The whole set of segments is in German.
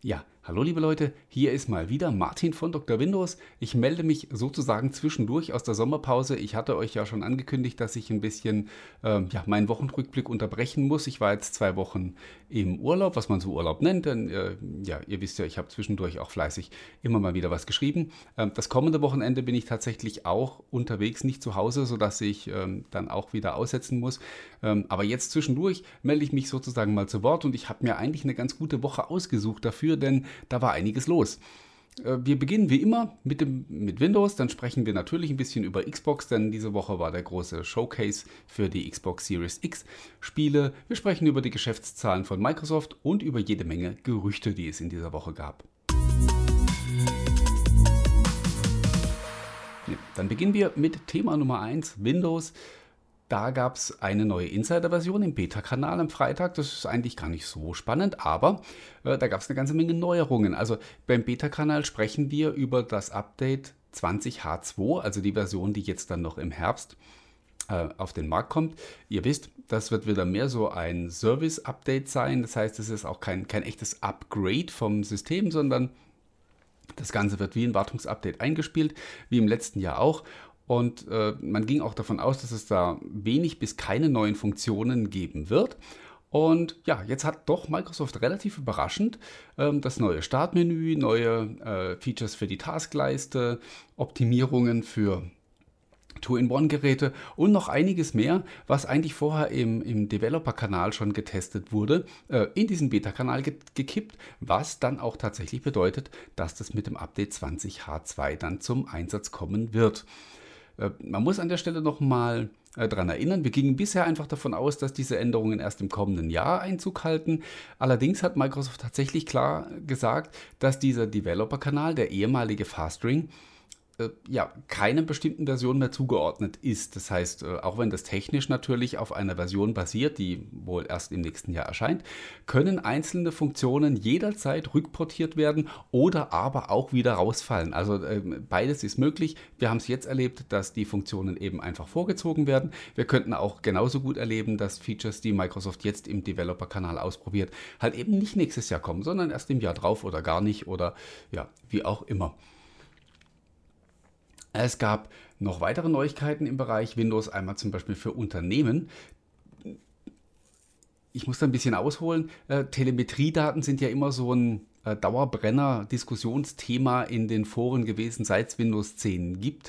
Ja, hallo liebe Leute, hier ist mal wieder Martin von Dr. Windows. Ich melde mich sozusagen zwischendurch aus der Sommerpause. Ich hatte euch ja schon angekündigt, dass ich ein bisschen meinen Wochenrückblick unterbrechen muss. Ich war jetzt 2 Wochen im Urlaub, was man so Urlaub nennt, denn ihr wisst ja, ich habe zwischendurch auch fleißig immer mal wieder was geschrieben. Das kommende Wochenende bin ich tatsächlich auch unterwegs, nicht zu Hause, sodass ich dann auch wieder aussetzen muss. Aber jetzt zwischendurch melde ich mich sozusagen mal zu Wort und ich habe mir eigentlich eine ganz gute Woche ausgesucht dafür, denn da war einiges los. Wir beginnen wie immer mit Windows, dann sprechen wir natürlich ein bisschen über Xbox, denn diese Woche war der große Showcase für die Xbox Series X Spiele. Wir sprechen über die Geschäftszahlen von Microsoft und über jede Menge Gerüchte, die es in dieser Woche gab. Ja, dann beginnen wir mit Thema Nummer 1, Windows. Da gab es eine neue Insider-Version im Beta-Kanal am Freitag. Das ist eigentlich gar nicht so spannend, aber da gab es eine ganze Menge Neuerungen. Also beim Beta-Kanal sprechen wir über das Update 20H2, also die Version, die jetzt dann noch im Herbst auf den Markt kommt. Ihr wisst, das wird wieder mehr so ein Service-Update sein. Das heißt, es ist auch kein echtes Upgrade vom System, sondern das Ganze wird wie ein Wartungsupdate eingespielt, wie im letzten Jahr auch. Und man ging auch davon aus, dass es da wenig bis keine neuen Funktionen geben wird. Und ja, jetzt hat doch Microsoft relativ überraschend das neue Startmenü, neue Features für die Taskleiste, Optimierungen für Two-in-One-Geräte und noch einiges mehr, was eigentlich vorher im Developer-Kanal schon getestet wurde, in diesen Beta-Kanal gekippt, was dann auch tatsächlich bedeutet, dass das mit dem Update 20H2 dann zum Einsatz kommen wird. Man muss an der Stelle nochmal daran erinnern, wir gingen bisher einfach davon aus, dass diese Änderungen erst im kommenden Jahr Einzug halten. Allerdings hat Microsoft tatsächlich klar gesagt, dass dieser Developer-Kanal, der ehemalige Fastring, keiner bestimmten Version mehr zugeordnet ist. Das heißt, auch wenn das technisch natürlich auf einer Version basiert, die wohl erst im nächsten Jahr erscheint, können einzelne Funktionen jederzeit rückportiert werden oder aber auch wieder rausfallen. Also beides ist möglich. Wir haben es jetzt erlebt, dass die Funktionen eben einfach vorgezogen werden. Wir könnten auch genauso gut erleben, dass Features, die Microsoft jetzt im Developer-Kanal ausprobiert, halt eben nicht nächstes Jahr kommen, sondern erst im Jahr drauf oder gar nicht oder ja, wie auch immer. Es gab noch weitere Neuigkeiten im Bereich Windows, einmal zum Beispiel für Unternehmen. Ich muss da ein bisschen ausholen. Telemetriedaten sind ja immer so ein Dauerbrenner, Diskussionsthema in den Foren gewesen, seit es Windows 10 gibt.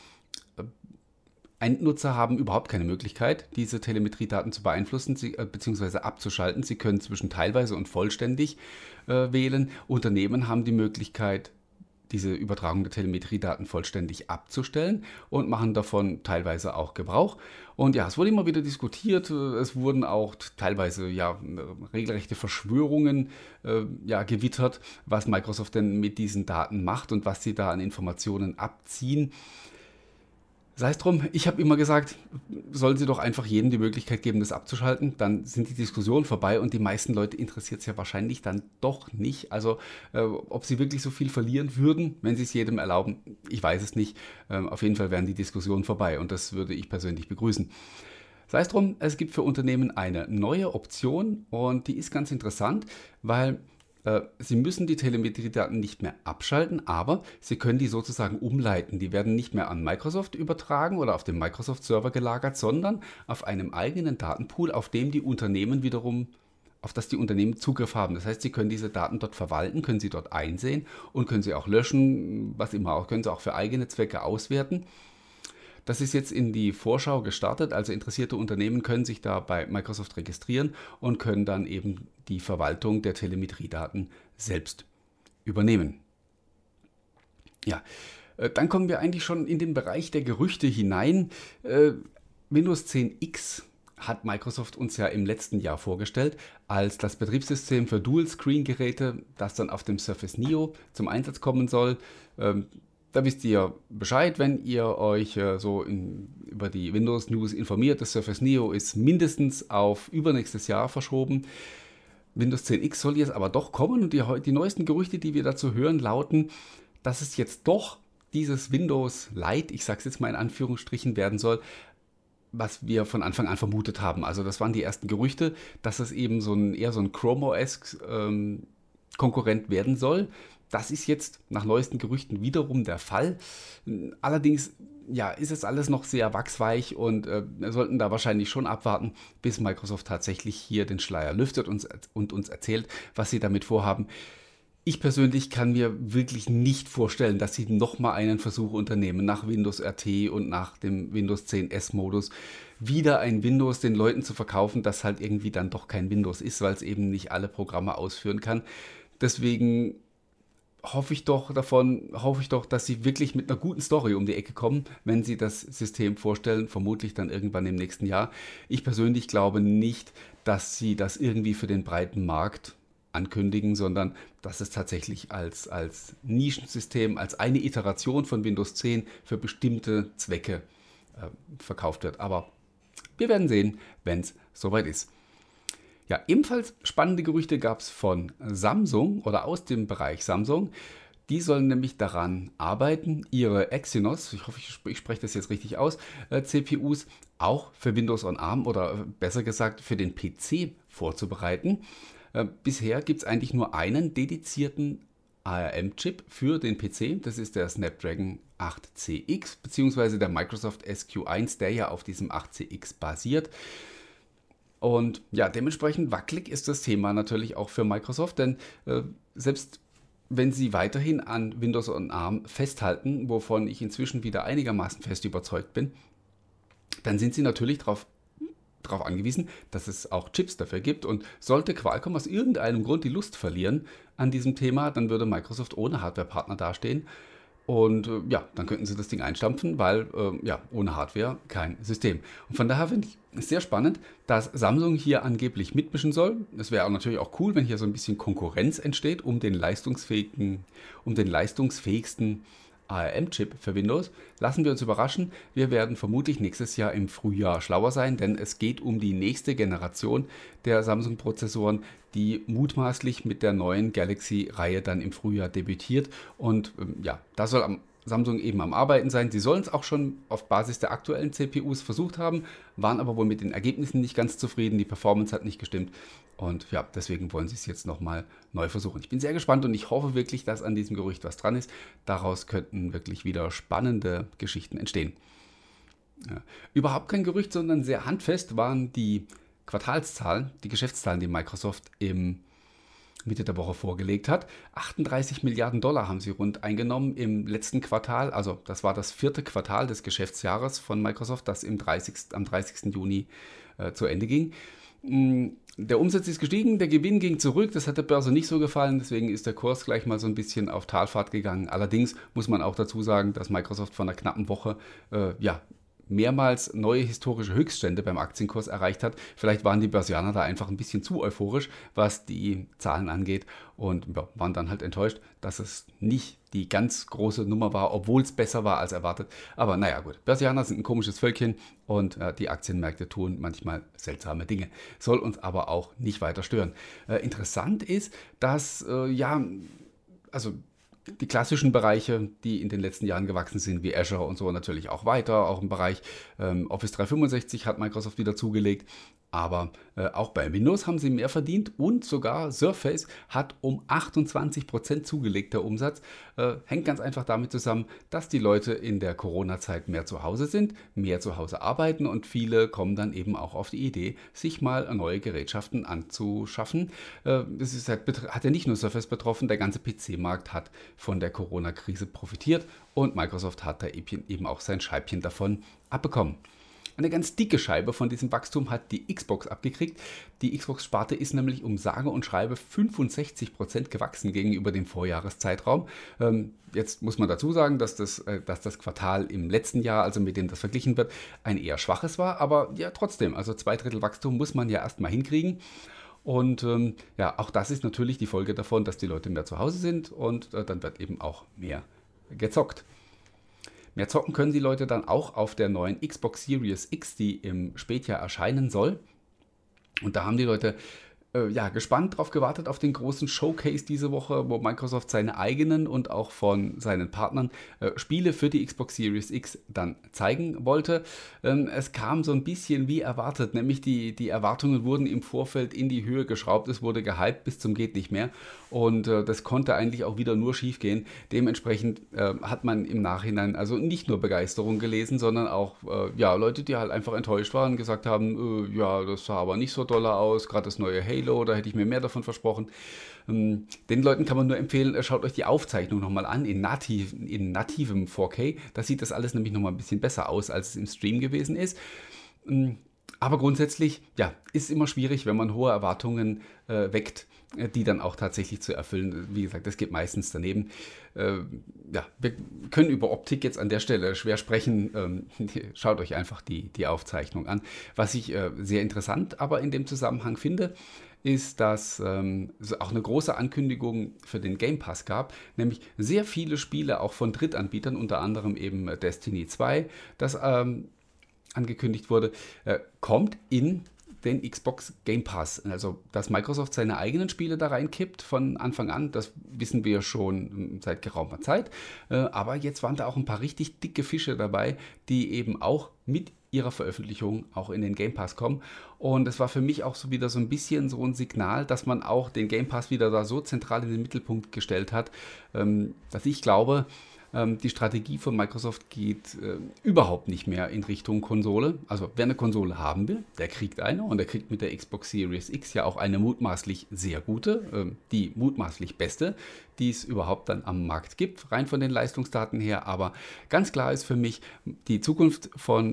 Endnutzer haben überhaupt keine Möglichkeit, diese Telemetriedaten zu beeinflussen bzw. abzuschalten. Sie können zwischen teilweise und vollständig wählen. Unternehmen haben die Möglichkeit, diese Übertragung der Telemetriedaten vollständig abzustellen und machen davon teilweise auch Gebrauch. Und ja, es wurde immer wieder diskutiert, es wurden auch teilweise regelrechte Verschwörungen gewittert, was Microsoft denn mit diesen Daten macht und was sie da an Informationen abziehen. Sei es drum, ich habe immer gesagt, sollen sie doch einfach jedem die Möglichkeit geben, das abzuschalten, dann sind die Diskussionen vorbei und die meisten Leute interessiert es ja wahrscheinlich dann doch nicht. Also ob sie wirklich so viel verlieren würden, wenn sie es jedem erlauben, ich weiß es nicht. Auf jeden Fall wären die Diskussionen vorbei und das würde ich persönlich begrüßen. Sei es drum, es gibt für Unternehmen eine neue Option und die ist ganz interessant, weil Sie müssen die Telemetriedaten nicht mehr abschalten, aber Sie können die sozusagen umleiten. Die werden nicht mehr an Microsoft übertragen oder auf dem Microsoft-Server gelagert, sondern auf einem eigenen Datenpool, auf das die Unternehmen Zugriff haben. Das heißt, Sie können diese Daten dort verwalten, können sie dort einsehen und können sie auch löschen, was immer auch, können sie auch für eigene Zwecke auswerten. Das ist jetzt in die Vorschau gestartet, also interessierte Unternehmen können sich da bei Microsoft registrieren und können dann eben die Verwaltung der Telemetriedaten selbst übernehmen. Ja, dann kommen wir eigentlich schon in den Bereich der Gerüchte hinein. Windows 10 X hat Microsoft uns ja im letzten Jahr vorgestellt als das Betriebssystem für Dual-Screen-Geräte, das dann auf dem Surface Neo zum Einsatz kommen soll. Da wisst ihr Bescheid, wenn ihr euch über die Windows News informiert. Das Surface Neo ist mindestens auf übernächstes Jahr verschoben. Windows 10 X soll jetzt aber doch kommen und die neuesten Gerüchte, die wir dazu hören, lauten, dass es jetzt doch dieses Windows Lite, ich sage es jetzt mal in Anführungsstrichen, werden soll, was wir von Anfang an vermutet haben. Also das waren die ersten Gerüchte, dass es eben eher so ein Chrome OS Konkurrent werden soll. Das ist jetzt nach neuesten Gerüchten wiederum der Fall. Allerdings ist es alles noch sehr wachsweich und wir sollten da wahrscheinlich schon abwarten, bis Microsoft tatsächlich hier den Schleier lüftet und uns erzählt, was sie damit vorhaben. Ich persönlich kann mir wirklich nicht vorstellen, dass sie nochmal einen Versuch unternehmen, nach Windows RT und nach dem Windows 10 S-Modus wieder ein Windows den Leuten zu verkaufen, das halt irgendwie dann doch kein Windows ist, weil es eben nicht alle Programme ausführen kann. Deswegen hoffe ich doch, dass sie wirklich mit einer guten Story um die Ecke kommen, wenn sie das System vorstellen, vermutlich dann irgendwann im nächsten Jahr. Ich persönlich glaube nicht, dass sie das irgendwie für den breiten Markt ankündigen, sondern dass es tatsächlich als Nischensystem, als eine Iteration von Windows 10 für bestimmte Zwecke verkauft wird. Aber wir werden sehen, wenn es soweit ist. Ja, ebenfalls spannende Gerüchte gab es von Samsung oder aus dem Bereich Samsung. Die sollen nämlich daran arbeiten, ihre Exynos, ich hoffe, ich spreche das jetzt richtig aus, CPUs auch für Windows on ARM oder besser gesagt für den PC vorzubereiten. Bisher gibt es eigentlich nur einen dedizierten ARM-Chip für den PC. Das ist der Snapdragon 8CX bzw. der Microsoft SQ1, der ja auf diesem 8CX basiert. Und ja, dementsprechend wackelig ist das Thema natürlich auch für Microsoft, denn selbst wenn sie weiterhin an Windows on ARM festhalten, wovon ich inzwischen wieder einigermaßen fest überzeugt bin, dann sind sie natürlich darauf angewiesen, dass es auch Chips dafür gibt. Und sollte Qualcomm aus irgendeinem Grund die Lust verlieren an diesem Thema, dann würde Microsoft ohne Hardwarepartner dastehen. Und dann könnten sie das Ding einstampfen, weil ohne Hardware kein System. Und von daher finde ich es sehr spannend, dass Samsung hier angeblich mitmischen soll. Es wäre auch natürlich auch cool, wenn hier so ein bisschen Konkurrenz entsteht um den leistungsfähigsten ARM-Chip für Windows. Lassen wir uns überraschen. Wir werden vermutlich nächstes Jahr im Frühjahr schlauer sein, denn es geht um die nächste Generation der Samsung-Prozessoren, die mutmaßlich mit der neuen Galaxy-Reihe dann im Frühjahr debütiert. Und da soll Samsung eben am Arbeiten sein. Sie sollen es auch schon auf Basis der aktuellen CPUs versucht haben, waren aber wohl mit den Ergebnissen nicht ganz zufrieden. Die Performance hat nicht gestimmt. Und deswegen wollen sie es jetzt nochmal neu versuchen. Ich bin sehr gespannt und ich hoffe wirklich, dass an diesem Gerücht was dran ist. Daraus könnten wirklich wieder spannende Geschichten entstehen. Ja. Überhaupt kein Gerücht, sondern sehr handfest waren die Quartalszahlen, die Geschäftszahlen, die Microsoft im Mitte der Woche vorgelegt hat. 38 Milliarden Dollar haben sie rund eingenommen im letzten Quartal. Also das war das 4. Quartal des Geschäftsjahres von Microsoft, das am 30. Juni zu Ende ging. Der Umsatz ist gestiegen, der Gewinn ging zurück, das hat der Börse nicht so gefallen, deswegen ist der Kurs gleich mal so ein bisschen auf Talfahrt gegangen. Allerdings muss man auch dazu sagen, dass Microsoft vor einer knappen Woche mehrmals neue historische Höchststände beim Aktienkurs erreicht hat. Vielleicht waren die Börsianer da einfach ein bisschen zu euphorisch, was die Zahlen angeht und waren dann halt enttäuscht, dass es nicht die ganz große Nummer war, obwohl es besser war als erwartet. Aber naja gut, Börsianer sind ein komisches Völkchen und die Aktienmärkte tun manchmal seltsame Dinge. Soll uns aber auch nicht weiter stören. Interessant ist, dass die klassischen Bereiche, die in den letzten Jahren gewachsen sind, wie Azure und so natürlich auch weiter. Auch im Bereich Office 365 hat Microsoft wieder zugelegt. Aber auch bei Windows haben sie mehr verdient und sogar Surface hat um 28% zugelegt, der Umsatz. Hängt ganz einfach damit zusammen, dass die Leute in der Corona-Zeit mehr zu Hause sind, mehr zu Hause arbeiten und viele kommen dann eben auch auf die Idee, sich mal neue Gerätschaften anzuschaffen. Das hat ja nicht nur Surface betroffen, der ganze PC-Markt hat von der Corona-Krise profitiert und Microsoft hat da eben auch sein Scheibchen davon abbekommen. Eine ganz dicke Scheibe von diesem Wachstum hat die Xbox abgekriegt. Die Xbox-Sparte ist nämlich um sage und schreibe 65% gewachsen gegenüber dem Vorjahreszeitraum. Jetzt muss man dazu sagen, dass das Quartal im letzten Jahr, also mit dem das verglichen wird, ein eher schwaches war. Aber ja, trotzdem, also 2/3 Wachstum muss man ja erstmal hinkriegen. Und auch das ist natürlich die Folge davon, dass die Leute mehr zu Hause sind und dann wird eben auch mehr gezockt. Mehr zocken können die Leute dann auch auf der neuen Xbox Series X, die im Spätjahr erscheinen soll. Und da haben die Leute gespannt drauf gewartet auf den großen Showcase diese Woche, wo Microsoft seine eigenen und auch von seinen Partnern Spiele für die Xbox Series X dann zeigen wollte. Es kam so ein bisschen wie erwartet, nämlich die Erwartungen wurden im Vorfeld in die Höhe geschraubt, es wurde gehypt bis zum geht nicht mehr. und das konnte eigentlich auch wieder nur schief gehen. Dementsprechend hat man im Nachhinein also nicht nur Begeisterung gelesen, sondern auch ja, Leute, die halt einfach enttäuscht waren und gesagt haben, ja, das sah aber nicht so doller aus, gerade das neue Halo, da hätte ich mir mehr davon versprochen. Den Leuten kann man nur empfehlen, schaut euch die Aufzeichnung nochmal an in nativem 4K. Da sieht das alles nämlich nochmal ein bisschen besser aus, als es im Stream gewesen ist. Aber grundsätzlich, ja, ist immer schwierig, wenn man hohe Erwartungen weckt, die dann auch tatsächlich zu erfüllen. Wie gesagt, das geht meistens daneben. Ja, wir können über Optik jetzt an der Stelle schwer sprechen. Schaut euch einfach die Aufzeichnung an. Was ich sehr interessant aber in dem Zusammenhang finde, ist, dass es auch eine große Ankündigung für den Game Pass gab, nämlich sehr viele Spiele auch von Drittanbietern, unter anderem eben Destiny 2, das angekündigt wurde, kommt in den Xbox Game Pass. Also, dass Microsoft seine eigenen Spiele da reinkippt von Anfang an, das wissen wir schon seit geraumer Zeit. Aber jetzt waren da auch ein paar richtig dicke Fische dabei, die eben auch mit ihrer Veröffentlichung auch in den Game Pass kommen. Und es war für mich auch so wieder so ein bisschen so ein Signal, dass man auch den Game Pass wieder da so zentral in den Mittelpunkt gestellt hat, dass ich glaube, die Strategie von Microsoft geht überhaupt nicht mehr in Richtung Konsole. Also wer eine Konsole haben will, der kriegt eine und der kriegt mit der Xbox Series X ja auch eine mutmaßlich sehr gute, die mutmaßlich beste, die es überhaupt dann am Markt gibt, rein von den Leistungsdaten her. Aber ganz klar ist für mich, die Zukunft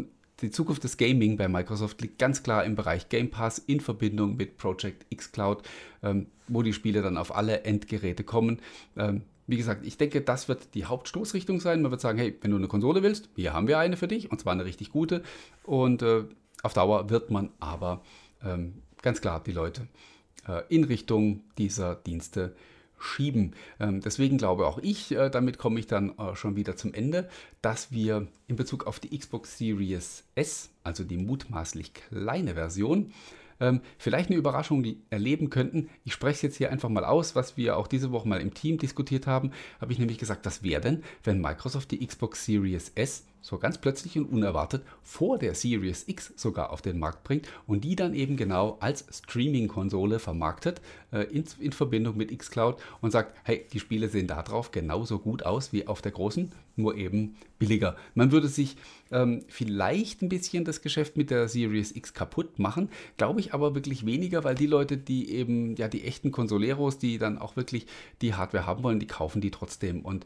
des Gaming bei Microsoft liegt ganz klar im Bereich Game Pass in Verbindung mit Project xCloud, wo die Spiele dann auf alle Endgeräte kommen. Wie gesagt, ich denke, das wird die Hauptstoßrichtung sein. Man wird sagen, hey, wenn du eine Konsole willst, hier haben wir eine für dich und zwar eine richtig gute. Und auf Dauer wird man aber ganz klar die Leute in Richtung dieser Dienste schieben. Deswegen glaube auch ich, damit komme ich dann schon wieder zum Ende, dass wir in Bezug auf die Xbox Series S, also die mutmaßlich kleine Version, vielleicht eine Überraschung erleben könnten. Ich spreche es jetzt hier einfach mal aus, was wir auch diese Woche mal im Team diskutiert haben. Habe ich nämlich gesagt, was wäre denn, wenn Microsoft die Xbox Series S so ganz plötzlich und unerwartet vor der Series X sogar auf den Markt bringt und die dann eben genau als Streaming-Konsole vermarktet in Verbindung mit xCloud und sagt, hey, die Spiele sehen da drauf genauso gut aus wie auf der großen, nur eben billiger. Man würde sich vielleicht ein bisschen das Geschäft mit der Series X kaputt machen, glaube ich aber wirklich weniger, weil die Leute, die eben, ja, die echten Consoleros, die dann auch wirklich die Hardware haben wollen, die kaufen die trotzdem und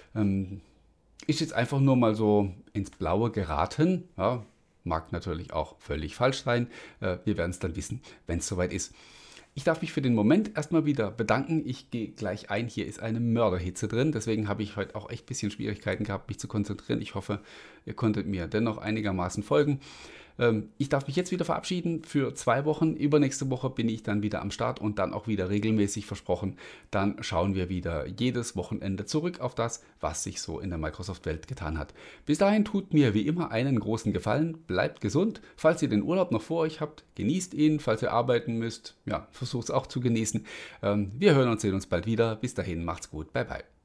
ist jetzt einfach nur mal so ins Blaue geraten. Ja, mag natürlich auch völlig falsch sein. Wir werden es dann wissen, wenn es soweit ist. Ich darf mich für den Moment erstmal wieder bedanken. Ich gehe gleich ein. Hier ist eine Mörderhitze drin. Deswegen habe ich heute auch echt ein bisschen Schwierigkeiten gehabt, mich zu konzentrieren. Ich hoffe, ihr konntet mir dennoch einigermaßen folgen. Ich darf mich jetzt wieder verabschieden für 2 Wochen. Übernächste Woche bin ich dann wieder am Start und dann auch wieder regelmäßig versprochen. Dann schauen wir wieder jedes Wochenende zurück auf das, was sich so in der Microsoft-Welt getan hat. Bis dahin tut mir wie immer einen großen Gefallen. Bleibt gesund. Falls ihr den Urlaub noch vor euch habt, genießt ihn. Falls ihr arbeiten müsst, ja, versucht es auch zu genießen. Wir hören und sehen uns bald wieder. Bis dahin, macht's gut. Bye, bye.